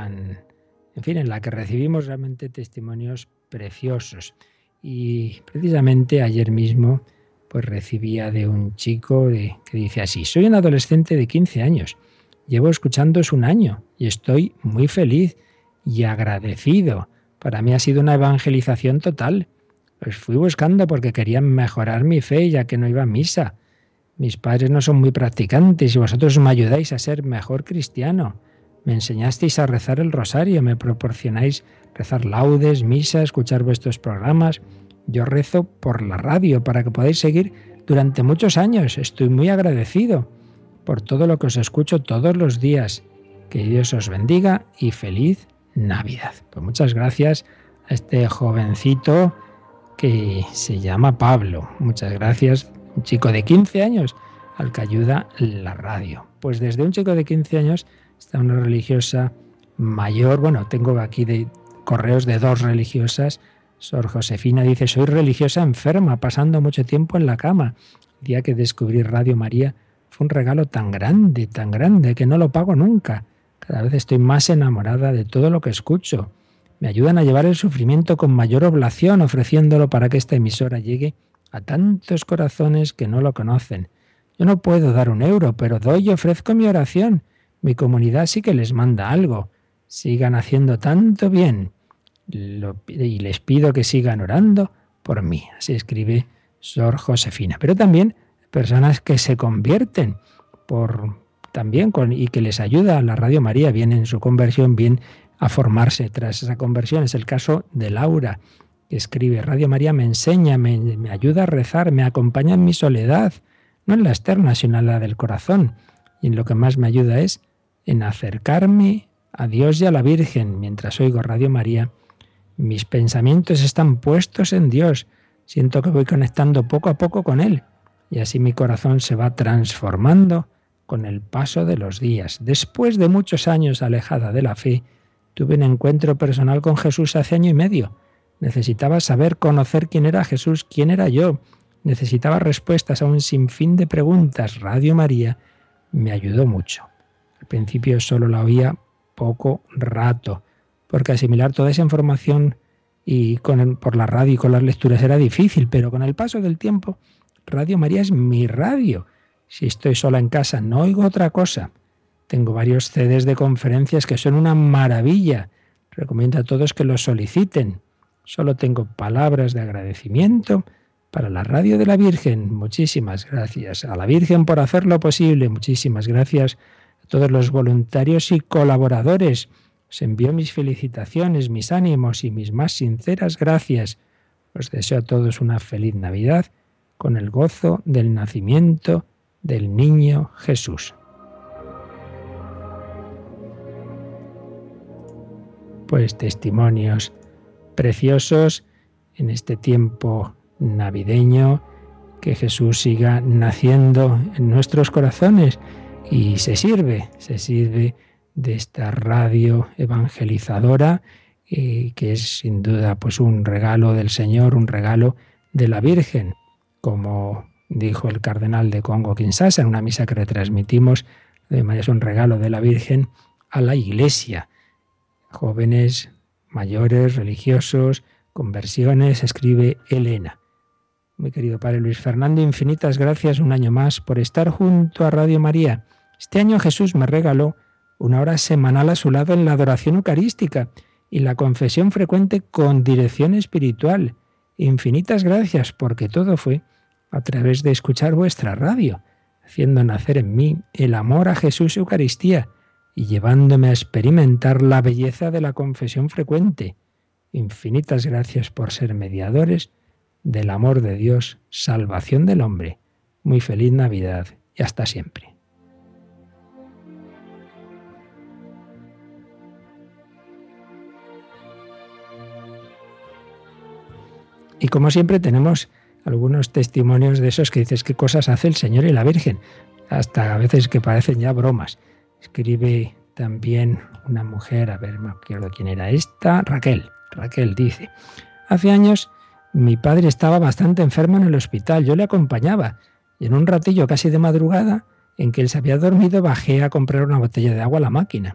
la que recibimos realmente testimonios preciosos. Y precisamente ayer mismo pues recibía de un chico que dice así: soy un adolescente de 15 años, llevo escuchándoos un año y estoy muy feliz y agradecido. Para mí ha sido una evangelización total. Os fui buscando porque quería mejorar mi fe, ya que no iba a misa. Mis padres no son muy practicantes y vosotros me ayudáis a ser mejor cristiano. Me enseñasteis a rezar el rosario, me proporcionáis rezar laudes, misa, escuchar vuestros programas. Yo rezo por la radio para que podáis seguir durante muchos años. Estoy muy agradecido por todo lo que os escucho todos los días. Que Dios os bendiga y feliz Navidad. Pues muchas gracias a este jovencito que se llama Pablo. Muchas gracias. Un chico de 15 años al que ayuda la radio. Pues desde un chico de 15 años está una religiosa mayor. Bueno, tengo aquí correos de 2 religiosas. Sor Josefina dice: soy religiosa enferma, pasando mucho tiempo en la cama. El día que descubrí Radio María fue un regalo tan grande, que no lo pago nunca. Cada vez estoy más enamorada de todo lo que escucho. Me ayudan a llevar el sufrimiento con mayor oblación, ofreciéndolo para que esta emisora llegue a tantos corazones que no lo conocen. Yo no puedo dar €1, pero doy y ofrezco mi oración. Mi comunidad sí que les manda algo. Sigan haciendo tanto bien. Y les pido que sigan orando por mí. Así escribe Sor Josefina. Pero también personas que se convierten y que les ayuda a la Radio María, bien en su conversión, bien a formarse tras esa conversión. Es el caso de Laura, que escribe: Radio María me enseña, me ayuda a rezar, me acompaña en mi soledad, no en la externa, sino en la del corazón. Y en lo que más me ayuda es en acercarme a Dios y a la Virgen. Mientras oigo Radio María, mis pensamientos están puestos en Dios. Siento que voy conectando poco a poco con Él. Y así mi corazón se va transformando con el paso de los días. Después de muchos años alejada de la fe, tuve un encuentro personal con Jesús hace 1 año y medio. Necesitaba conocer quién era Jesús, quién era yo. Necesitaba respuestas a un sinfín de preguntas. Radio María me ayudó mucho. Al principio solo la oía poco rato, porque asimilar toda esa información por la radio y con las lecturas era difícil, pero con el paso del tiempo, Radio María es mi radio. Si estoy sola en casa, no oigo otra cosa. Tengo varios CDs de conferencias que son una maravilla. Recomiendo a todos que los soliciten. Solo tengo palabras de agradecimiento para la Radio de la Virgen. Muchísimas gracias a la Virgen por hacer lo posible. Muchísimas gracias a todos los voluntarios y colaboradores. Os envío mis felicitaciones, mis ánimos y mis más sinceras gracias. Os deseo a todos una feliz Navidad con el gozo del nacimiento del niño Jesús. Pues testimonios preciosos en este tiempo navideño, que Jesús siga naciendo en nuestros corazones y se sirve de esta radio evangelizadora, que es sin duda pues un regalo del Señor, un regalo de la Virgen, como dijo el cardenal de Congo-Kinshasa en una misa que retransmitimos. Es un regalo de la Virgen a la Iglesia. Jóvenes, mayores, religiosos, conversiones, escribe Elena. Mi querido Padre Luis Fernando, infinitas gracias un año más por estar junto a Radio María. Este año Jesús me regaló 1 hora semanal a su lado en la adoración eucarística y la confesión frecuente con dirección espiritual. Infinitas gracias, porque todo fue a través de escuchar vuestra radio, haciendo nacer en mí el amor a Jesús y Eucaristía y llevándome a experimentar la belleza de la confesión frecuente. Infinitas gracias por ser mediadores del amor de Dios, salvación del hombre. Muy feliz Navidad y hasta siempre. Y como siempre tenemos algunos testimonios de esos que dices qué cosas hace el Señor y la Virgen, hasta a veces que parecen ya bromas. Escribe también una mujer, a ver, me acuerdo quién era esta, Raquel dice: hace años mi padre estaba bastante enfermo en el hospital, yo le acompañaba y en un ratillo casi de madrugada en que él se había dormido bajé a comprar una botella de agua a la máquina.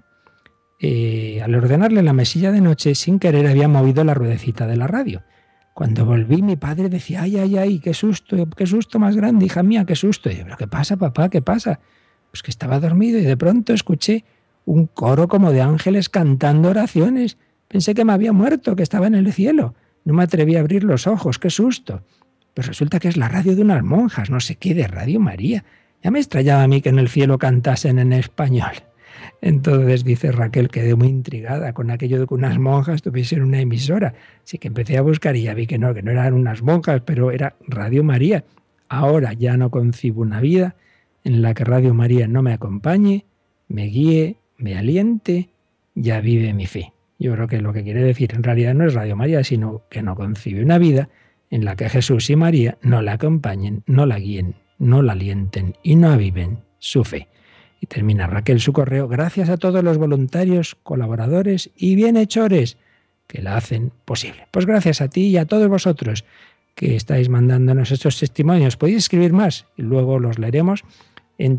Al ordenarle la mesilla de noche, sin querer había movido la ruedecita de la radio. Cuando volví, mi padre decía: ay, ay, ay, qué susto más grande, hija mía, qué susto. Y yo: ¿pero qué pasa, papá? ¿Qué pasa? Pues que estaba dormido y de pronto escuché un coro como de ángeles cantando oraciones. Pensé que me había muerto, que estaba en el cielo. No me atreví a abrir los ojos, qué susto. Pues resulta que es la radio de unas monjas, no sé qué, de Radio María. Ya me extrañaba a mí que en el cielo cantasen en español. Entonces, dice Raquel, quedé muy intrigada con aquello de que unas monjas tuviesen una emisora. Así que empecé a buscar y ya vi que no eran unas monjas, pero era Radio María. Ahora ya no concibo una vida en la que Radio María no me acompañe, me guíe, me aliente, ya vive mi fe. Yo creo que lo que quiere decir en realidad no es Radio María, sino que no concibe una vida en la que Jesús y María no la acompañen, no la guíen, no la alienten y no aviven su fe. Y termina Raquel su correo: gracias a todos los voluntarios, colaboradores y bienhechores que la hacen posible. Pues gracias a ti y a todos vosotros que estáis mandándonos estos testimonios. Podéis escribir más y luego los leeremos en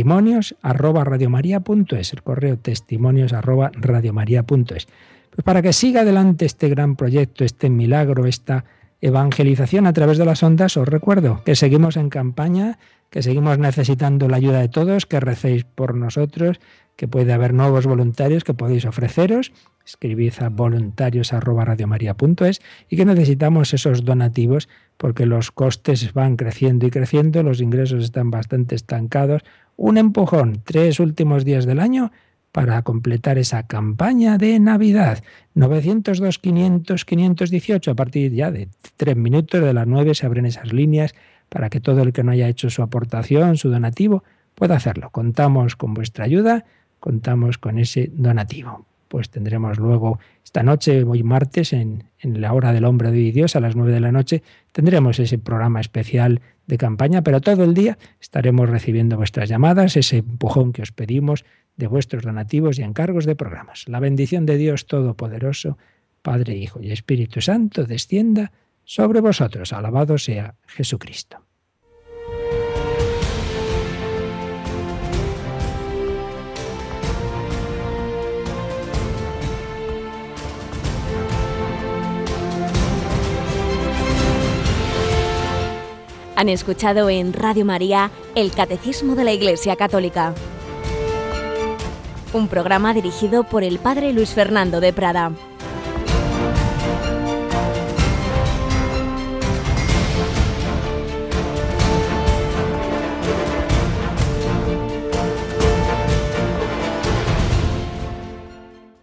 testimonios@radiomaria.es, el correo testimonios@radiomaria.es. Pues para que siga adelante este gran proyecto, este milagro, esta evangelización a través de las ondas, os recuerdo que seguimos en campaña, que seguimos necesitando la ayuda de todos, que recéis por nosotros, que puede haber nuevos voluntarios que podéis ofreceros. Escribid a voluntarios@radiomaria.es y que necesitamos esos donativos porque los costes van creciendo y creciendo, los ingresos están bastante estancados. Un empujón, 3 últimos días del año para completar esa campaña de Navidad. 902-500-518. A partir ya de 3 minutos de las 9 se abren esas líneas para que todo el que no haya hecho su aportación, su donativo, pueda hacerlo. Contamos con vuestra ayuda, contamos con ese donativo. Pues tendremos luego esta noche, hoy martes, en la hora del hombre de hoy y Dios, a las 9 de la noche, tendremos ese programa especial de campaña, pero todo el día estaremos recibiendo vuestras llamadas, ese empujón que os pedimos de vuestros donativos y encargos de programas. La bendición de Dios Todopoderoso, Padre, Hijo y Espíritu Santo, descienda sobre vosotros. Alabado sea Jesucristo.
Han escuchado en Radio María el Catecismo de la Iglesia Católica, un programa dirigido por el Padre Luis Fernando de Prada.